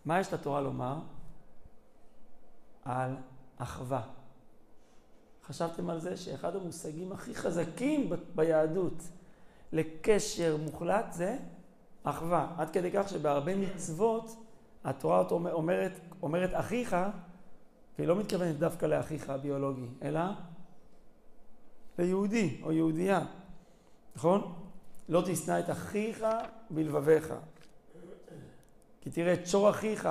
מה יש לתורה לומר? על אחווה. חשבתם על זה שאחד המושגים הכי חזקים ביהדות לקשר מוחלט זה אחווה. עד כדי כך שבהרבה מצוות התורה אומרת אחיך, והיא לא מתכוונת דווקא לאחיך הביולוגי, אלא ליהודי או יהודייה. נכון? לא תשנא את אחיך בלבביך. כי תראה את שור אחיך.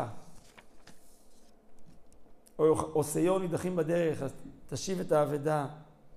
או סיון נידחים בדרך, אז תשיב את האבדה.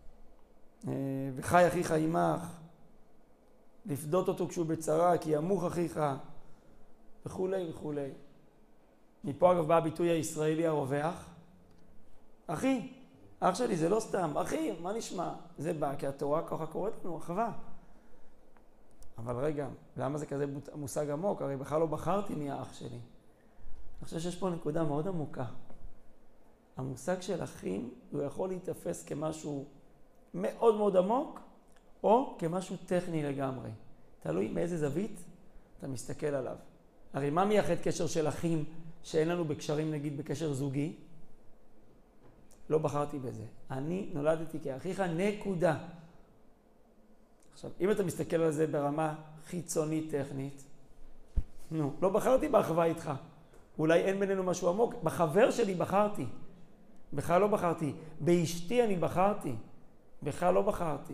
וחי אחיך עמך. לפדות אותו כשהוא בצרה, כי ימוך אחיך. וכו' וכו'. מפה אגב בא הביטוי הישראלי הרווח. אחי, אח שלי זה לא סתם. אחי, מה נשמע? זה בא כי התורה ככה קוראת לנו, אחווה. אבל רגע, למה זה כזה מושג עמוק? הרי בכלל לא בחרתי מי האח שלי. אני חושב שיש פה נקודה מאוד עמוקה. המושג של אחים הוא יכול להתאפס כמשהו מאוד מאוד עמוק, או כמשהו טכני לגמרי. תלוי מאיזה זווית אתה מסתכל עליו. הרי מה מייחד קשר של אחים שאין לנו בקשרים, נגיד בקשר זוגי? לא בחרתי בזה. אני נולדתי כאחיך, נקודה. עכשיו, אם אתה מסתכל על זה ברמה חיצונית טכנית, לא בחרתי באחווה איתך. אולי אין בינינו משהו עמוק. בחבר שלי בחרתי. בכלל לא בחרתי. באשתי אני בחרתי. בכלל לא בחרתי.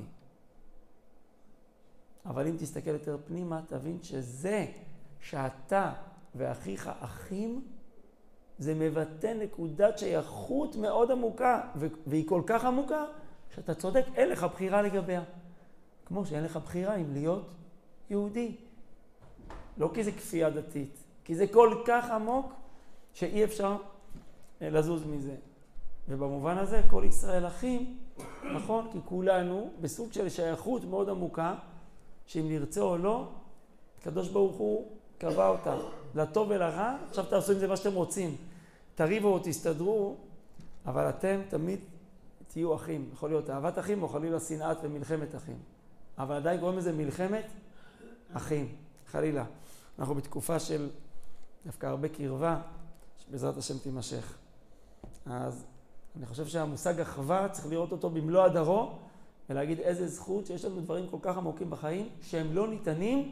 אבל אם תסתכל יותר פנימה, תבין שזה שאתה ואחיך אחים, זה מבטא נקודת שייכות מאוד עמוקה, והיא כל כך עמוקה, שאתה צודק, אין לך בחירה לגביה. כמו שאין לך בחירה אם להיות יהודי. לא כי זה כפייה דתית, כי זה כל כך עמוק שאי אפשר לזוז מזה. ובמובן הזה כל ישראל אחים, נכון? כי כולנו בסוג של שייכות מאוד עמוקה, שאם נרצה או לא, הקדוש ברוך הוא קבע אותה. לטוב ולרע, עכשיו תעשו עם זה מה שאתם רוצים. תריבו או תסתדרו, אבל אתם תמיד תהיו אחים. יכול להיות אהבת אחים או חלילה שנאת ומלחמת אחים. אבל עדיין קוראים לזה מלחמת אחים, חלילה. אנחנו בתקופה של דווקא הרבה קרבה, שבעזרת השם תימשך. אז אני חושב שהמושג אחווה צריך לראות אותו במלוא הדרו, ולהגיד איזה זכות שיש לנו דברים כל כך עמוקים בחיים, שהם לא ניתנים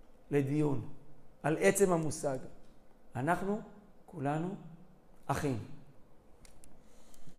לדיון, על עצם המושג. אנחנו כולנו אחים.